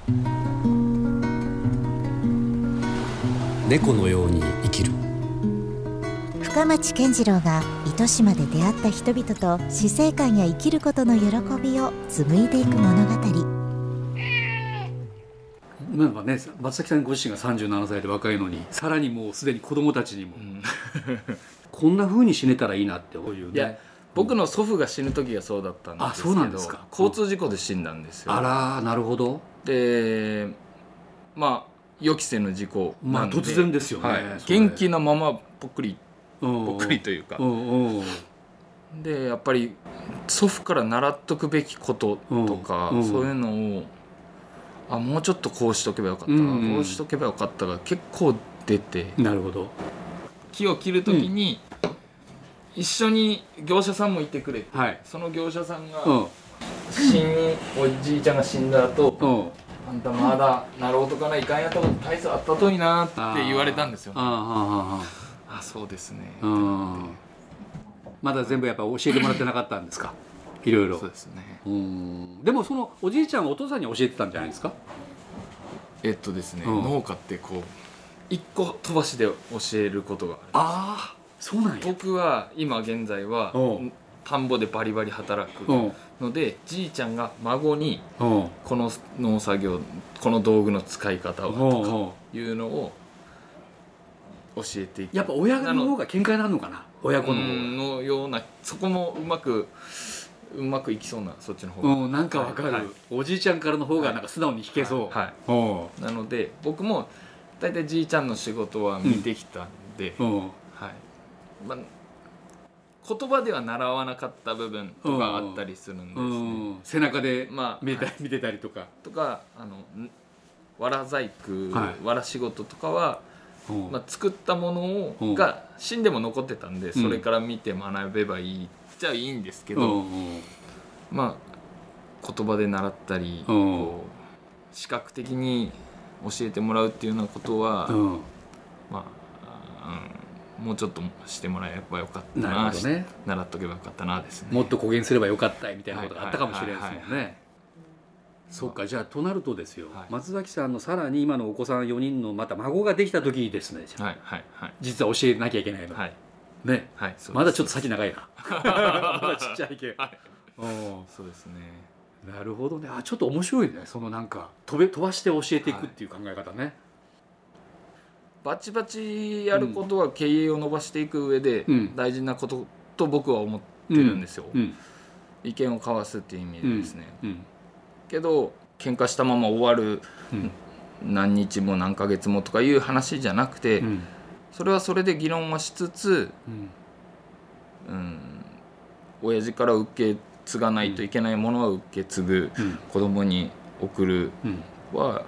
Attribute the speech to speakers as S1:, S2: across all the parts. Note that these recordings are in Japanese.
S1: 猫のように生きる。
S2: 深町健次郎が糸島で出会った人々と死生観や生きることの喜びを紡いでいく物語。
S3: なんかね、松崎さんご自身が37歳で若いのに、さらにもうすでに子供たちにも、こんな風に死ねたらいいなっていうね。
S4: いや、僕の祖父が死ぬ時がそうだったんですけど、
S3: あ、そうなんですか。
S4: 交通事故で死んだんですよ。
S3: あら、なるほど。
S4: で、まあ予期せぬ事故なんで、
S3: 突然ですよね、
S4: はい、元気なままぽっくりというか、でやっぱり祖父から習っとくべきこととか、そういうのをもうちょっとこうしとけばよかった、こうしとけばよかったが結構出て。
S3: なるほど。
S4: 木を切る時に、一緒に業者さんもいてくれて、その業者さんが、おじいちゃんが死んだ後、あんたまだなろうとかないかんやったこと大切あったといいなって言われたんですよね。そうですね。
S3: まだ全部やっぱ教えてもらってなかったんですか。いろいろ。
S4: そうですね。
S3: でもそのおじいちゃんはお父さんに教えてたんじゃないですか。
S4: ですね、農家ってこう一個飛ばしで教えることがあるんです。
S3: そうなんや。
S4: 僕は今現在は田んぼでバリバリ働くので、じいちゃんが孫にこの農作業、この道具の使い方をとかいうのを教えていく。
S3: やっぱ親の方が喧嘩になるのかな。親子
S4: のような、そこもうまくいきそうな、そっちの方が
S3: なんかわかる。おじいちゃんからの方がなんか素直に弾けそう。
S4: なので僕もだいたいじいちゃんの仕事は見てきたんで、言葉では習わなかった部分とかあったりするんですね。
S3: 背中で見てたりとか、
S4: わら細工、わら仕事とかは、作ったものが死んでも残ってたんで、それから見て学べばいいじゃいいんですけど、言葉で習ったり、視覚的に教えてもらうっていうようなことは、もうちょっとしてもらえばよかったな、習っとけばよかったなですね。
S3: もっと公言すればよかったみたいなことがあったかもしれないですもんね。そうか。じゃあとなるとですよ、松崎さんのさらに今のお子さん4人のまた孫ができた時ですね、実は教えなきゃいけないのね。まだちょっと先長いな。まだちっちゃいけ。
S4: そうですね。
S3: なるほどね。ちょっと面白いね。そのなんか飛ばして教えていくっていう考え方ね。
S4: バチバチやることは経営を伸ばしていく上で大事なことと僕は思ってるんですよ。意見を交わすっていう意味でですね。けど喧嘩したまま終わる、何日も何ヶ月もとかいう話じゃなくて、それはそれで議論はしつつ、親父から受け継がないといけないものは受け継ぐ、子供に送るは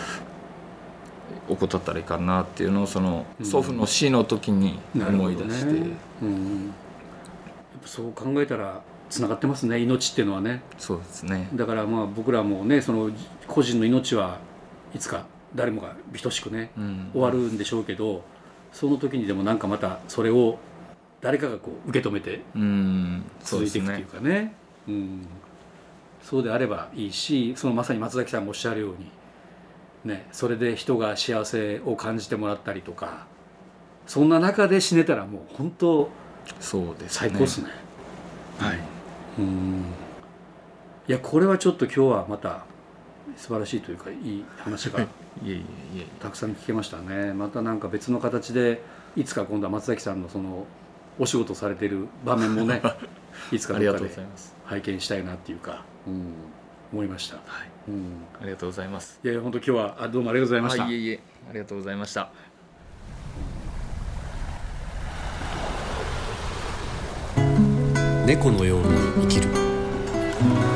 S4: 怠ったらいかんなっていうのを、その祖父の死の時に思い出して、やっ
S3: ぱそう考えたらつながってますね、命っていうのはね。
S4: そうですね。
S3: だから僕らもね、その個人の命はいつか誰もが等しくね、終わるんでしょうけど、その時にでもなんかまたそれを誰かがこう受け止めて続いていくっていうかね、そうであればいいし、そのまさに松崎さんもおっしゃるようにね、それで人が幸せを感じてもらったりとか、そんな中で死ねたらもう本当最高ですね。いや、これはちょっと今日はまた素晴らしいというか、いい話がたくさん聞けましたね。またなんか別の形でいつか今度は松崎さんのそのお仕事されている場面もねいつかどっかで拝見したいなっていうか、思いました。
S4: ありがとうございます。
S3: いや本当今日はどうもありがとうございました。
S4: ありがとうございました。
S1: 猫のように生きる。